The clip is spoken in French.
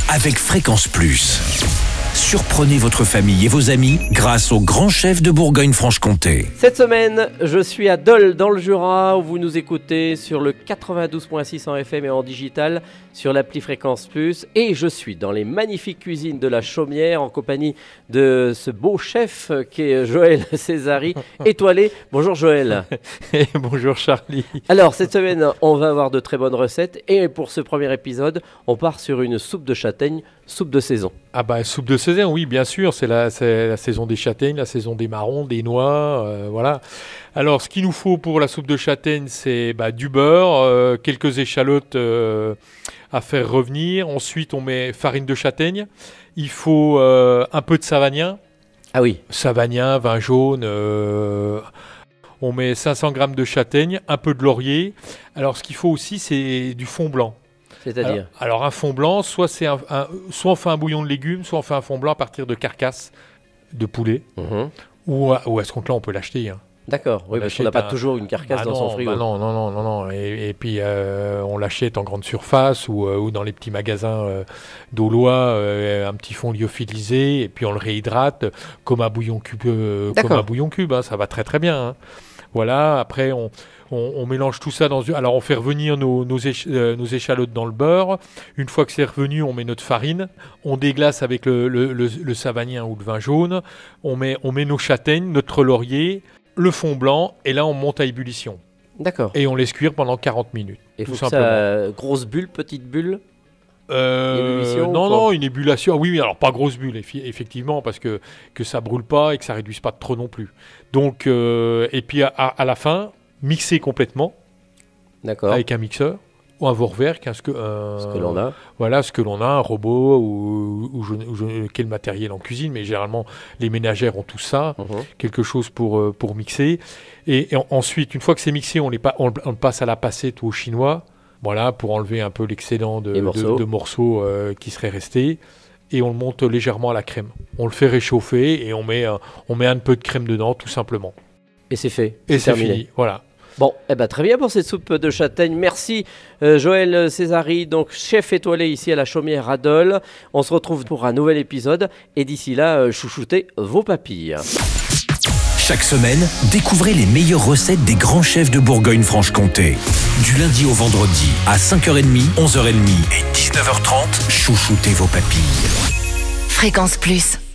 avec Fréquence Plus. Surprenez votre famille et vos amis grâce au grand chef de Bourgogne-Franche-Comté. Cette semaine, je suis à Dole dans le Jura où vous nous écoutez sur le 92.6 en FM et en digital sur l'appli Fréquence Plus. Et je suis dans les magnifiques cuisines de la Chaumière en compagnie de ce beau chef qui est Joël Césari, étoilé. Bonjour Joël. Et bonjour Charlie. Alors cette semaine, on va avoir de très bonnes recettes. Et pour ce premier épisode, on part sur une soupe de châtaigne, soupe de saison. Ah bah soupe de saison, oui bien sûr, c'est la saison des châtaignes, la saison des marrons, des noix, voilà. Alors ce qu'il nous faut pour la soupe de châtaigne, c'est du beurre, quelques échalotes à faire revenir. Ensuite on met farine de châtaigne, il faut un peu de savagnin. Ah oui. Savagnin, vin jaune, on met 500 grammes de châtaigne, un peu de laurier. Alors ce qu'il faut aussi, c'est du fond blanc. C'est-à-dire alors un fond blanc, soit on fait un bouillon de légumes, soit on fait un fond blanc à partir de carcasses de poulet. Ou à ce compte-là, on peut l'acheter. Hein. D'accord, oui, parce qu'on n'a pas toujours une carcasse dans son frigo. Non. Et puis on l'achète en grande surface ou dans les petits magasins d'Aulois, un petit fond lyophilisé, et puis on le réhydrate comme un bouillon cube. Hein, ça va très très bien. Hein. Voilà, après on mélange tout ça alors on fait revenir nos échalotes dans le beurre. Une fois que c'est revenu, on met notre farine, on déglace avec le savagnin ou le vin jaune, on met nos châtaignes, notre laurier, le fond blanc, et là on monte à ébullition. D'accord. Et on laisse cuire pendant 40 minutes. Et faut simplement. Ça, grosse bulle, petite bulle non, une ébullition. Oui, alors pas grosse bulle, effectivement, parce que ça brûle pas et que ça réduise pas trop non plus. Donc, et puis à la fin, mixer complètement. D'accord. Avec un mixeur ou un Vorwerk, ce que l'on a. Voilà, ce que l'on a, un robot ou quel matériel en cuisine, mais généralement les ménagères ont tout ça, quelque chose pour mixer. Et ensuite, une fois que c'est mixé, on le passe à la passette ou au chinois. Voilà, pour enlever un peu l'excédent de morceaux qui seraient restés. Et on le monte légèrement à la crème. On le fait réchauffer et on met un peu de crème dedans, tout simplement. Et c'est fait. Et c'est fini, voilà. Bon, très bien pour cette soupe de châtaigne. Merci Joël Césari, donc chef étoilé ici à la Chaumière à Dole. On se retrouve pour un nouvel épisode. Et d'ici là, chouchoutez vos papilles. Chaque semaine, découvrez les meilleures recettes des grands chefs de Bourgogne-Franche-Comté. Du lundi au vendredi, à 5h30, 11h30 et 19h30, chouchoutez vos papilles. Fréquence Plus.